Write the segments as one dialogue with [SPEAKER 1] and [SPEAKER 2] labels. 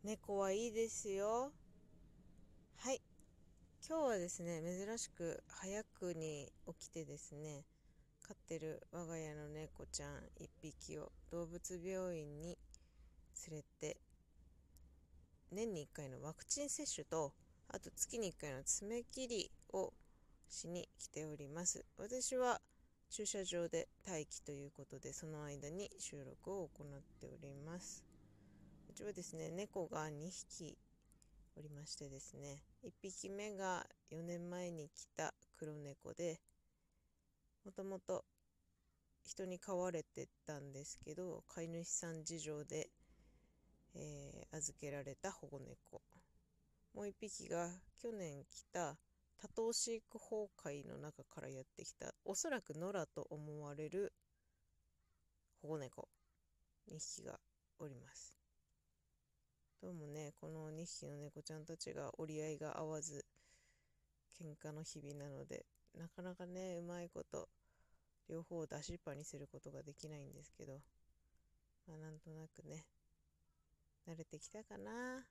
[SPEAKER 1] 猫はいいですよ。はい。今日はですね、珍しく早くに起きてですね、飼ってる我が家の猫ちゃん一匹を動物病院に連れて、年に1回のワクチン接種と、あと月に1回の爪切りをしに来ております。私は駐車場で待機ということで、その間に収録を行っております。うちはですね、猫が2匹おりましてですね、1匹目が4年前に来た黒猫で、もともと人に飼われてたんですけど、飼い主さん事情で、預けられた保護猫。もう1匹が去年来た多頭飼育崩壊の中からやってきた、おそらく野良と思われる保護猫2匹がおります。どうもね、この2匹の猫ちゃんたちが折り合いが合わず、喧嘩の日々なので、なかなかね、うまいこと両方を出しっぱにすることができないんですけど、なんとなくね、慣れてきたかな。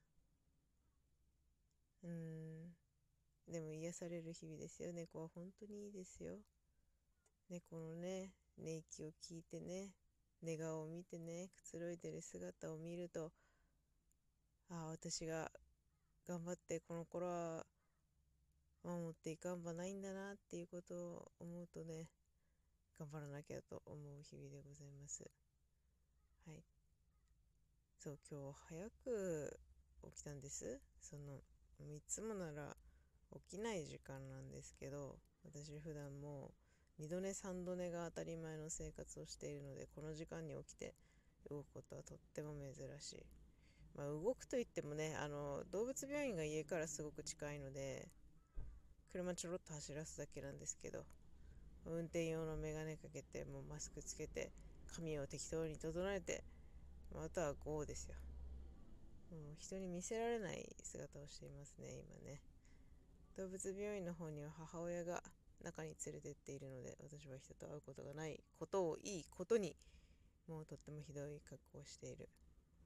[SPEAKER 1] うーん。でも癒される日々ですよ。猫は本当にいいですよ。猫のね、寝息を聞いてね、寝顔を見てね、くつろいでる姿を見ると、私が頑張ってこの頃は守っていかんばないんだなっていうことを思うとね、頑張らなきゃと思う日々でございます。はい。そう、今日早く起きたんです。いつもなら起きない時間なんですけど、私普段もう2度寝3度寝が当たり前の生活をしているので、この時間に起きて動くことはとっても珍しい。動くといってもね、動物病院が家からすごく近いので、車ちょろっと走らすだけなんですけど、運転用のメガネかけて、もうマスクつけて、髪を適当に整えて、あとは GO ですよ。もう人に見せられない姿をしていますね、今ね。動物病院の方には母親が中に連れてっているので、私は人と会うことがないことをいいことに、もうとってもひどい格好をしている。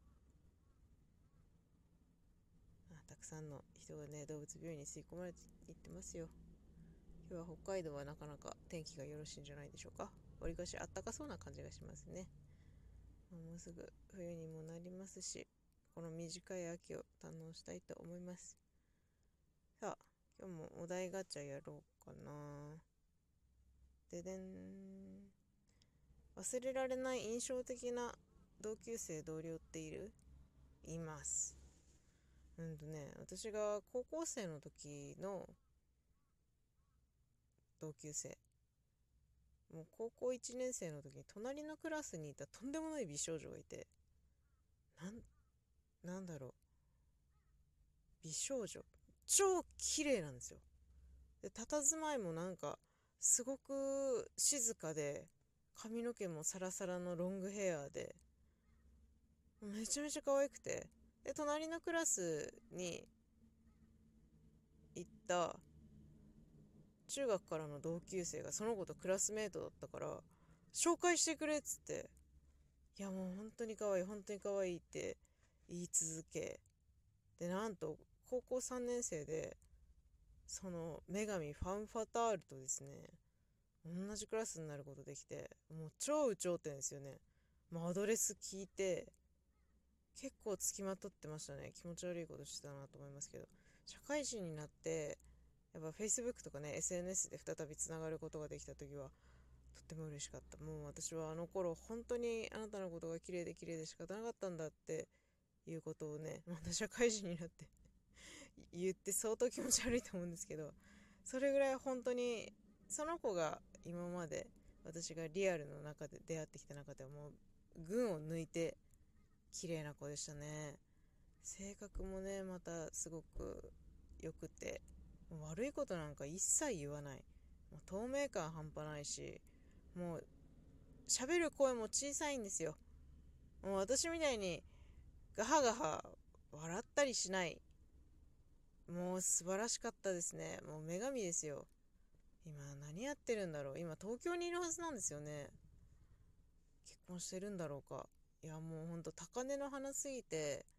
[SPEAKER 1] たくさんの人がね、動物病院に吸い込まれていってますよ。今日は北海道はなかなか天気がよろしいんじゃないでしょうか。わりかしあったかそうな感じがしますね。もうすぐ冬にもなりますし、この短い秋を堪能したいと思います。さあ、今日もお題ガチャやろうかな。ででん。忘れられない印象的な同級生同僚っています。私が高校生の時の同級生、もう高校1年生の時に隣のクラスにいたとんでもない美少女がいて、なん、なんだろう、美少女。超綺麗なんですよ。で、佇まいもなんか、すごく静かで、髪の毛もサラサラのロングヘアで、めちゃめちゃ可愛くて。で、隣のクラスに行った中学からの同級生がその子とクラスメートだったから、紹介してくれっつって、いやもう本当に可愛い、本当に可愛いって言い続け、で、なんと、高校3年生で、その女神ファンファタールとですね、同じクラスになることできて、もう超有頂天ですよね。もうアドレス聞いて、結構つきまとってましたね。気持ち悪いことしてたなと思いますけど。社会人になって、やっぱ Facebook とかね、SNS で再びつながることができた時は、とっても嬉しかった。もう私はあの頃、本当にあなたのことが綺麗で仕方なかったんだっていうことをね、また社会人になって言って相当気持ち悪いと思うんですけど、それぐらい本当に、その子が今まで私がリアルの中で出会ってきた中ではもう群を抜いて綺麗な子でしたね。性格もね、またすごく良くて、もう悪いことなんか一切言わない。もう透明感半端ないし、もう喋る声も小さいんですよ。もう私みたいにガハガハ笑ったりしない。もう素晴らしかったですね。もう女神ですよ。今何やってるんだろう。今東京にいるはずなんですよね。結婚してるんだろうか。いやもうほんと高嶺の花すぎて、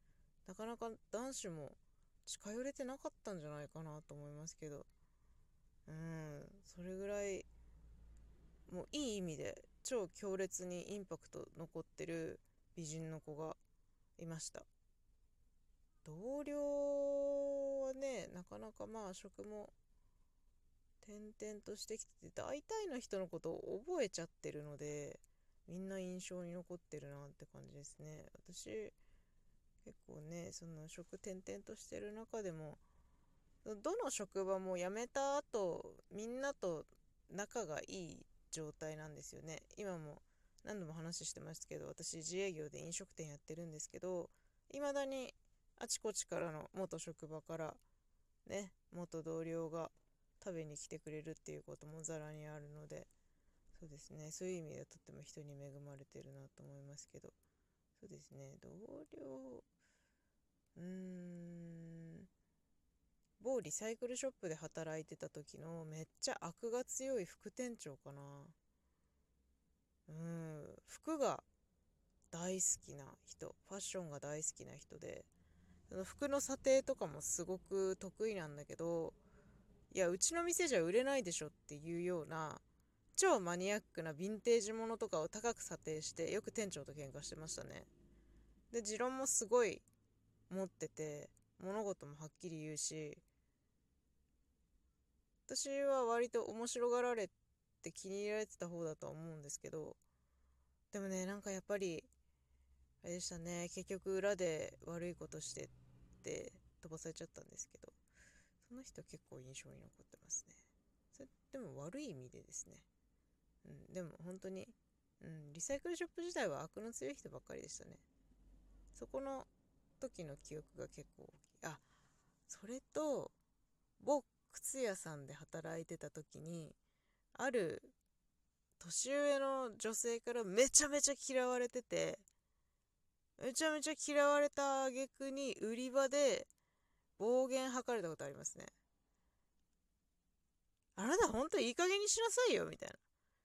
[SPEAKER 1] なかなか男子も近寄れてなかったんじゃないかなと思いますけど、それぐらいもういい意味で超強烈にインパクト残ってる美人の子がいました。同僚はね、なかなかまあ職も転々としてきてて、大体の人のことを覚えちゃってるので、みんな印象に残ってるなって感じですね。私、結構ね、その職転々としてる中でも、どの職場も辞めた後、みんなと仲がいい状態なんですよね。今も何度も話してましたけど、私自営業で飲食店やってるんですけど、未だにあちこちからの元職場からね、元同僚が食べに来てくれるっていうこともざらにあるので、そうですね、そういう意味ではとっても人に恵まれてるなと思いますけど、そうですね、同僚、うーん、某リサイクルショップで働いてた時のめっちゃ悪が強い副店長かな。服が大好きな人、ファッションが大好きな人で、その服の査定とかもすごく得意なんだけど、いや、うちの店じゃ売れないでしょっていうような、超マニアックなヴィンテージものとかを高く査定して、よく店長と喧嘩してましたね。で、持論もすごい持ってて、物事もはっきり言うし、私は割と面白がられて気に入られてた方だとは思うんですけど、でもね、なんかやっぱり、あれでしたね、結局裏で悪いことしてって飛ばされちゃったんですけど、その人結構印象に残ってますね。それでも悪い意味でですね。でも本当に、リサイクルショップ自体は悪の強い人ばっかりでしたね。そこの時の記憶が結構大きい。あ、それと、某靴屋さんで働いてた時に、ある年上の女性からめちゃめちゃ嫌われてて、めちゃめちゃ嫌われた挙句に売り場で暴言吐かれたことありますね。あなた本当いい加減にしなさいよみたいな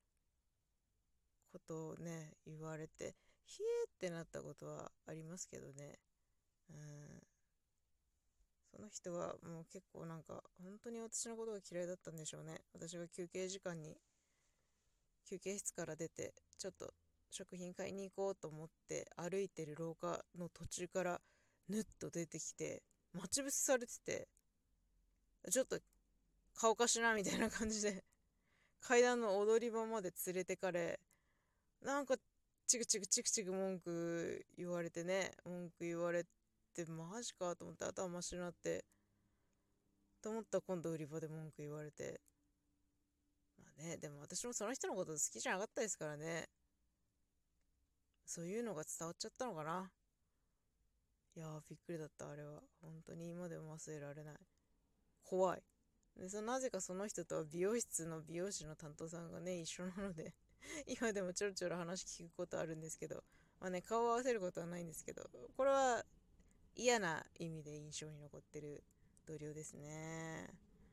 [SPEAKER 1] ことをね、言われて、ひえーってなったことはありますけどね。うん。その人はもう結構なんか、本当に私のことが嫌いだったんでしょうね。私が休憩時間に、休憩室から出て、ちょっと食品買いに行こうと思って歩いてる廊下の途中からぬっと出てきて、待ち伏せされてて、ちょっと顔かしなみたいな感じで階段の踊り場まで連れてかれ、なんかチクチクチクチク文句言われてね、文句言われて、マジかと思って頭真っ白になって、と思ったら今度売り場で文句言われて、まあね、でも私もその人のこと好きじゃなかったですからね、そういうのが伝わっちゃったのかな。いやー、びっくりだった、あれは。本当に今でも忘れられない。怖い。で、なぜかその人とは美容室の美容師の担当さんがね、一緒なので今でもちょろちょろ話聞くことあるんですけど、まあね、顔を合わせることはないんですけど、これは嫌な意味で印象に残ってる同僚ですね。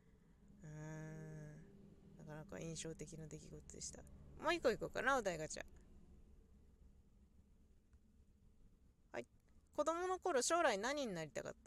[SPEAKER 1] なかなか印象的な出来事でした。もう一個いこうかな、お題ガチャ。はい。子供の頃将来何になりたかった？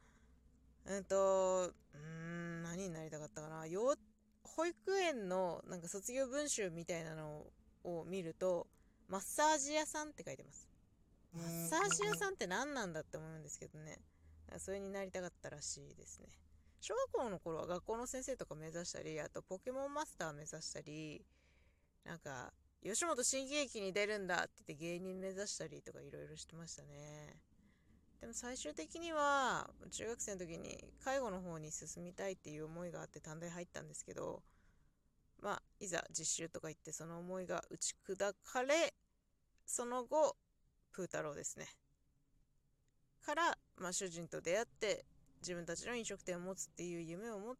[SPEAKER 1] 何になりたかったかな。保育園のなんか卒業文集みたいなのを見ると、マッサージ屋さんって書いてます。マッサージ屋さんって何なんだって思うんですけどね。それになりたかったらしいですね。小学校の頃は学校の先生とか目指したり、あとポケモンマスター目指したり、なんか、吉本新喜劇に出るんだって言って芸人目指したりとかいろいろしてましたね。でも最終的には、中学生の時に介護の方に進みたいっていう思いがあって短大入ったんですけど、まあ、いざ実習とか行ってその思いが打ち砕かれ、その後、プー太郎ですね。から、まあ、主人と出会って、自分たちの飲食店を持つっていう夢を持って、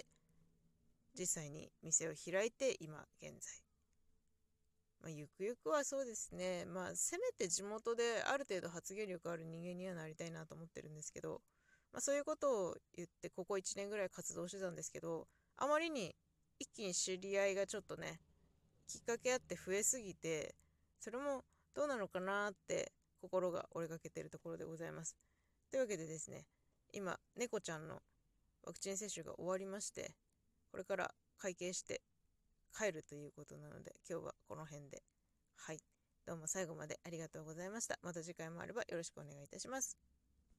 [SPEAKER 1] 実際に店を開いて、今現在。まあ、ゆくゆくはそうですね。まあ、せめて地元である程度発言力ある人間にはなりたいなと思ってるんですけど、まあ、そういうことを言って、ここ1年ぐらい活動してたんですけど、あまりに一気に知り合いがちょっとね、きっかけあって増えすぎて、それもどうなのかなって心が折れかけてるところでございます。 というわけでですね、今、猫ちゃんのワクチン接種が終わりまして、これから会計して帰るということなので、今日はこの辺で。はい。どうも最後までありがとうございました。また次回もあればよろしくお願いいたします。